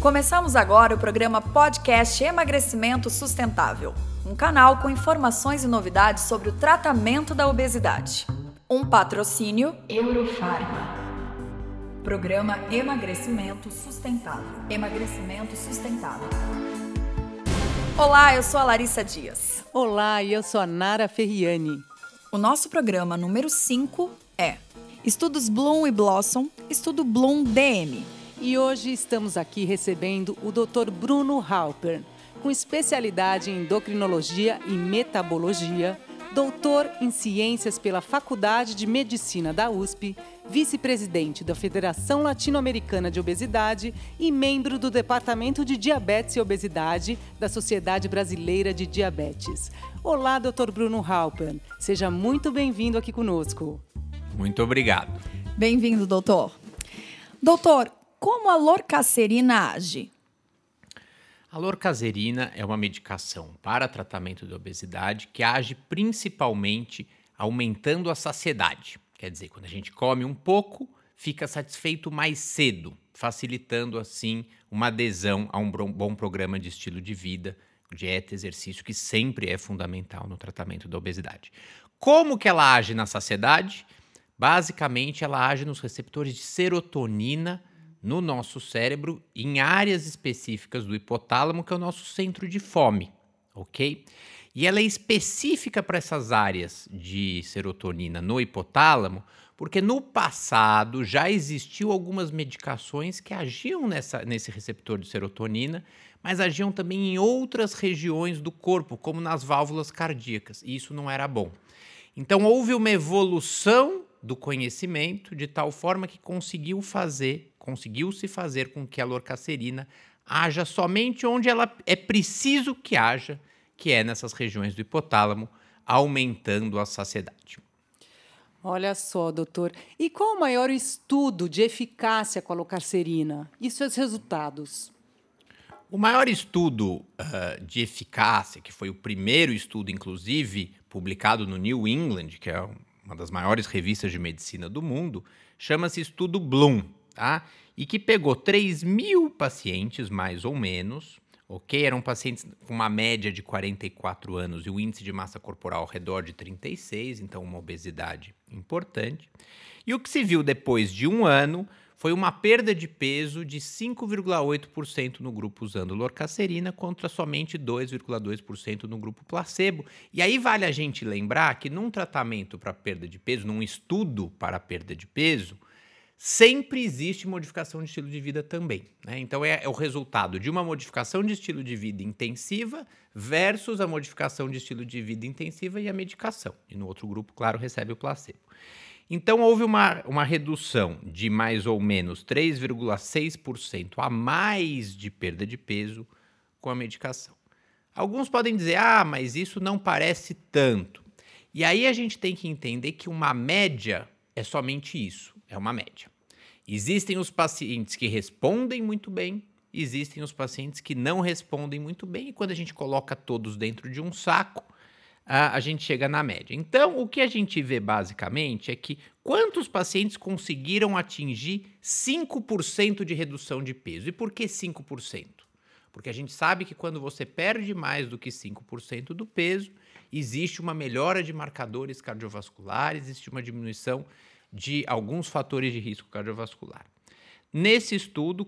Começamos agora o programa Podcast Emagrecimento Sustentável, um canal com informações e novidades sobre o tratamento da obesidade. Um patrocínio Eurofarma. Programa Emagrecimento Sustentável. Emagrecimento Sustentável. Olá, eu sou a Larissa Dias. Olá, e eu sou a Nara Ferriani. O nosso programa número 5 é Estudos Bloom e Blossom, Estudo Bloom DM. E hoje estamos aqui recebendo o Dr. Bruno Halpern, com especialidade em endocrinologia e metabologia, doutor em ciências pela Faculdade de Medicina da USP, vice-presidente da Federação Latino-Americana de Obesidade e membro do Departamento de Diabetes e Obesidade da Sociedade Brasileira de Diabetes. Olá, Dr. Bruno Halpern. Seja muito bem-vindo aqui conosco. Muito obrigado. Bem-vindo, doutor. Doutor, como a lorcacerina age? A lorcacerina é uma medicação para tratamento de obesidade que age principalmente aumentando a saciedade. Quer dizer, quando a gente come um pouco, fica satisfeito mais cedo, facilitando assim uma adesão a um bom programa de estilo de vida, dieta, exercício, que sempre é fundamental no tratamento da obesidade. Como que ela age na saciedade? Basicamente, ela age nos receptores de serotonina no nosso cérebro, em áreas específicas do hipotálamo, que é o nosso centro de fome, ok? E ela é específica para essas áreas de serotonina no hipotálamo, porque no passado já existiu algumas medicações que agiam nesse receptor de serotonina, mas agiam também em outras regiões do corpo, como nas válvulas cardíacas, e isso não era bom. Então houve uma evolução do conhecimento de tal forma que conseguiu-se fazer com que a lorcacerina haja somente onde ela é preciso que haja, que é nessas regiões do hipotálamo, aumentando a saciedade. Olha só, doutor. E qual o maior estudo de eficácia com a lorcacerina e seus resultados? O maior estudo de eficácia, que foi o primeiro estudo, inclusive, publicado no New England, que é uma das maiores revistas de medicina do mundo, chama-se Estudo Bloom, tá? E que pegou 3.000 pacientes, mais ou menos, ok? Eram pacientes com uma média de 44 anos e o índice de massa corporal ao redor de 36, então uma obesidade importante. E o que se viu depois de um ano foi uma perda de peso de 5,8% no grupo usando lorcacerina contra somente 2,2% no grupo placebo. E aí vale a gente lembrar que num tratamento para perda de peso, num estudo para perda de peso, sempre existe modificação de estilo de vida também, né? Então é o resultado de uma modificação de estilo de vida intensiva versus a modificação de estilo de vida intensiva e a medicação. E no outro grupo, claro, recebe o placebo. Então, houve uma redução de mais ou menos 3,6% a mais de perda de peso com a medicação. Alguns podem dizer, mas isso não parece tanto. E aí a gente tem que entender que uma média é somente isso, é uma média. Existem os pacientes que respondem muito bem, existem os pacientes que não respondem muito bem, e quando a gente coloca todos dentro de um saco, a gente chega na média. Então, o que a gente vê basicamente é que quantos pacientes conseguiram atingir 5% de redução de peso? E por que 5%? Porque a gente sabe que quando você perde mais do que 5% do peso, existe uma melhora de marcadores cardiovasculares, existe uma diminuição de alguns fatores de risco cardiovascular. Nesse estudo,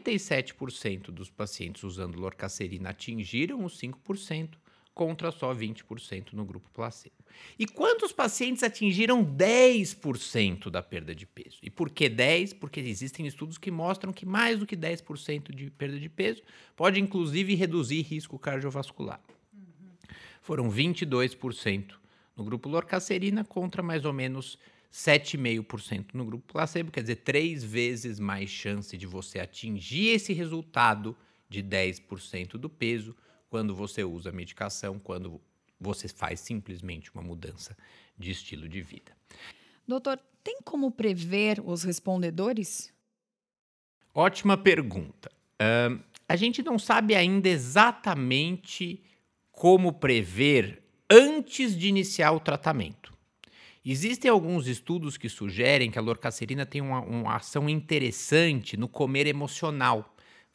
47% dos pacientes usando lorcacerina atingiram os 5%, contra só 20% no grupo placebo. E quantos pacientes atingiram 10% da perda de peso? E por que 10%? Porque existem estudos que mostram que mais do que 10% de perda de peso pode, inclusive, reduzir risco cardiovascular. Foram 22% no grupo lorcacerina contra mais ou menos 7,5% no grupo placebo, quer dizer, 3 vezes mais chance de você atingir esse resultado de 10% do peso quando você usa a medicação, quando você faz simplesmente uma mudança de estilo de vida. Doutor, tem como prever os respondedores? Ótima pergunta. A gente não sabe ainda exatamente como prever antes de iniciar o tratamento. Existem alguns estudos que sugerem que a lorcacerina tem uma ação interessante no comer emocional,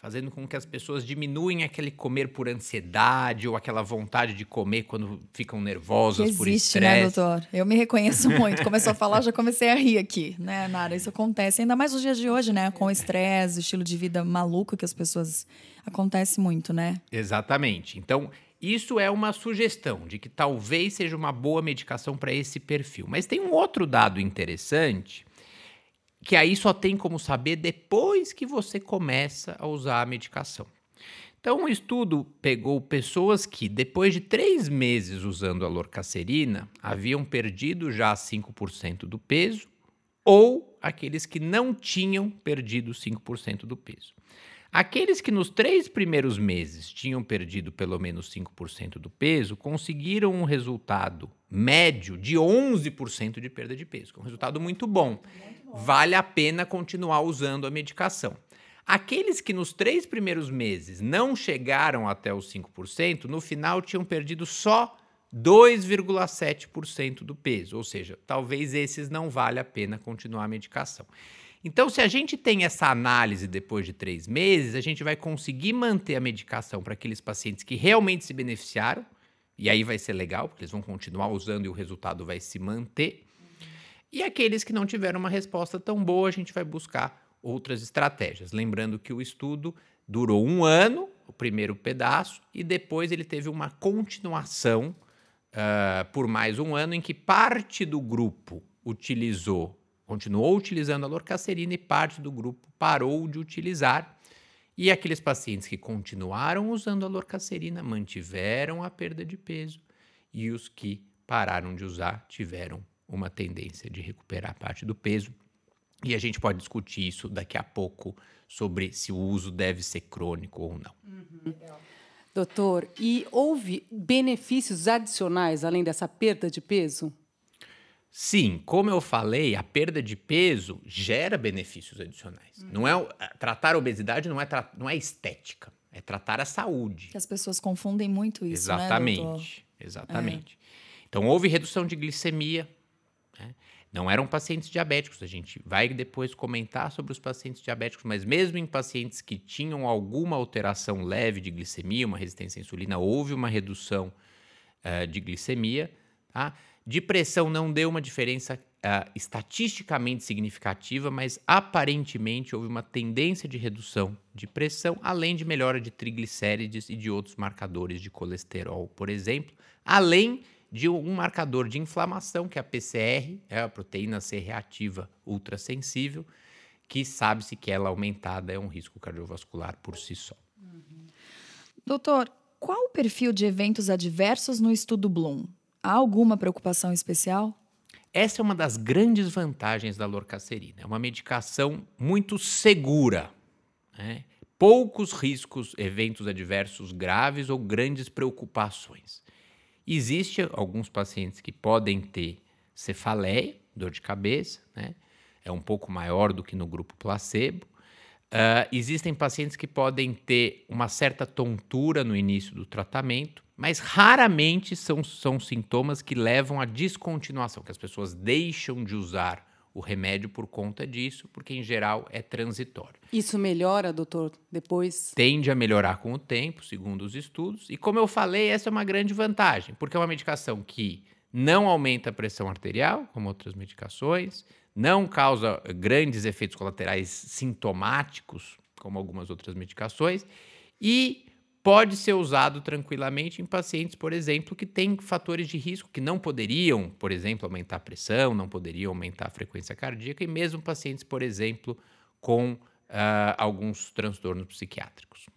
fazendo com que as pessoas diminuem aquele comer por ansiedade ou aquela vontade de comer quando ficam nervosas por existe, estresse. né, doutor? Eu me reconheço muito. Começou a falar, já comecei a rir aqui, né, Nara? Isso acontece, ainda mais nos dias de hoje, né? Com o estresse, o estilo de vida maluco que as pessoas... Acontece muito, né? Exatamente. Então, isso é uma sugestão de que talvez seja uma boa medicação para esse perfil. Mas tem um outro dado interessante, que aí só tem como saber depois que você começa a usar a medicação. Então, um estudo pegou pessoas que, depois de 3 meses usando a lorcacerina, haviam perdido já 5% do peso, ou aqueles que não tinham perdido 5% do peso. Aqueles que nos 3 primeiros meses tinham perdido pelo menos 5% do peso, conseguiram um resultado médio de 11% de perda de peso, que é um resultado muito bom. Vale a pena continuar usando a medicação. Aqueles que nos 3 primeiros meses não chegaram até os 5%, no final tinham perdido só 2,7% do peso, ou seja, talvez esses não valha a pena continuar a medicação. Então, se a gente tem essa análise depois de 3 meses, a gente vai conseguir manter a medicação para aqueles pacientes que realmente se beneficiaram, e aí vai ser legal, porque eles vão continuar usando e o resultado vai se manter. E aqueles que não tiveram uma resposta tão boa, a gente vai buscar outras estratégias. Lembrando que o estudo durou 1 ano, o primeiro pedaço, e depois ele teve uma continuação por mais 1 ano, em que parte do grupo continuou utilizando a lorcacerina e parte do grupo parou de utilizar. E aqueles pacientes que continuaram usando a lorcacerina mantiveram a perda de peso e os que pararam de usar tiveram uma tendência de recuperar parte do peso. E a gente pode discutir isso daqui a pouco sobre se o uso deve ser crônico ou não. Doutor, e houve benefícios adicionais além dessa perda de peso? Sim, como eu falei, a perda de peso gera benefícios adicionais. Tratar a obesidade não é estética, é tratar a saúde. Que as pessoas confundem muito isso, Exatamente, né, doutor? exatamente. Então, houve redução de glicemia, né? Não eram pacientes diabéticos, a gente vai depois comentar sobre os pacientes diabéticos, mas mesmo em pacientes que tinham alguma alteração leve de glicemia, uma resistência à insulina, houve uma redução de glicemia, tá? De pressão não deu uma diferença estatisticamente significativa, mas aparentemente houve uma tendência de redução de pressão, além de melhora de triglicérides e de outros marcadores de colesterol, por exemplo, além de um marcador de inflamação, que é a PCR, é a proteína C reativa ultrassensível, que sabe-se que ela aumentada é um risco cardiovascular por si só. Doutor, qual o perfil de eventos adversos no estudo Bloom? Há alguma preocupação especial? Essa é uma das grandes vantagens da lorcacerina. É uma medicação muito segura, né? Poucos riscos, eventos adversos graves ou grandes preocupações. Existem alguns pacientes que podem ter cefaleia, dor de cabeça, né? É um pouco maior do que no grupo placebo. Existem pacientes que podem ter uma certa tontura no início do tratamento, mas raramente são sintomas que levam à descontinuação, que as pessoas deixam de usar o remédio por conta disso, porque em geral é transitório. Isso melhora, doutor, depois? Tende a melhorar com o tempo, segundo os estudos, e como eu falei, essa é uma grande vantagem, porque é uma medicação que não aumenta a pressão arterial, como outras medicações, não causa grandes efeitos colaterais sintomáticos, como algumas outras medicações, e pode ser usado tranquilamente em pacientes, por exemplo, que têm fatores de risco que não poderiam, por exemplo, aumentar a pressão, não poderiam aumentar a frequência cardíaca, e mesmo pacientes, por exemplo, com alguns transtornos psiquiátricos.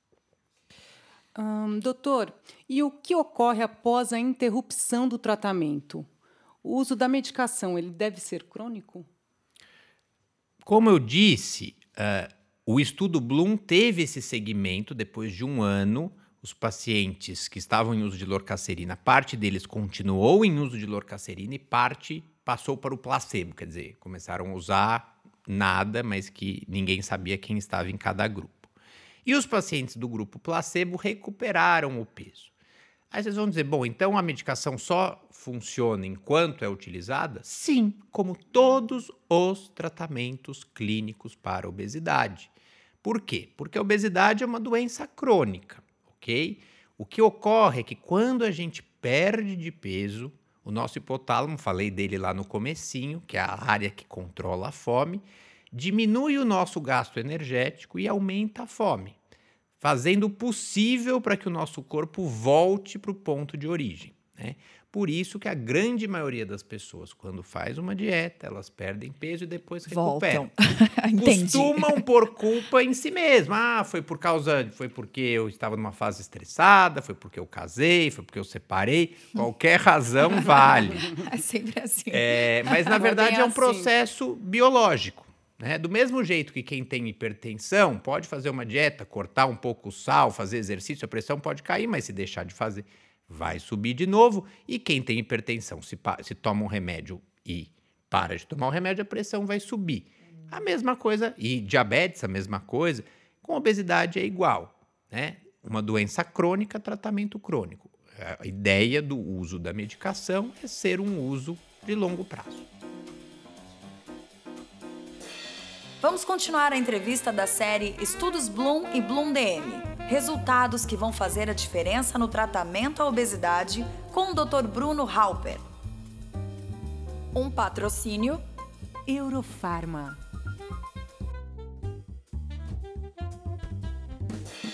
Doutor, e o que ocorre após a interrupção do tratamento? O uso da medicação, ele deve ser crônico? Como eu disse, o estudo Bloom teve esse segmento depois de 1 ano. Os pacientes que estavam em uso de lorcacerina, parte deles continuou em uso de lorcacerina e parte passou para o placebo, quer dizer, começaram a usar nada, mas que ninguém sabia quem estava em cada grupo. E os pacientes do grupo placebo recuperaram o peso. Aí vocês vão dizer, bom, então a medicação só funciona enquanto é utilizada? Sim, como todos os tratamentos clínicos para obesidade. Por quê? Porque a obesidade é uma doença crônica, ok? O que ocorre é que quando a gente perde de peso, o nosso hipotálamo, falei dele lá no comecinho, que é a área que controla a fome, diminui o nosso gasto energético e aumenta a fome, fazendo o possível para que o nosso corpo volte para o ponto de origem, né? Por isso que a grande maioria das pessoas, quando faz uma dieta, elas perdem peso e depois recuperam. Costumam pôr culpa em si mesmo. Foi porque eu estava numa fase estressada, foi porque eu casei, foi porque eu separei. Qualquer razão vale. É sempre assim. Mas, na verdade, é um processo biológico, né? Do mesmo jeito que quem tem hipertensão pode fazer uma dieta, cortar um pouco o sal, fazer exercício, a pressão pode cair, mas se deixar de fazer, vai subir de novo. E quem tem hipertensão, se toma um remédio e para de tomar o remédio, a pressão vai subir. A mesma coisa, e diabetes, a mesma coisa, com obesidade é igual, né? Uma doença crônica, tratamento crônico. A ideia do uso da medicação é ser um uso de longo prazo. Vamos continuar a entrevista da série Estudos Bloom e Bloom DM. Resultados que vão fazer a diferença no tratamento à obesidade com o Dr. Bruno Halper. Um patrocínio Eurofarma.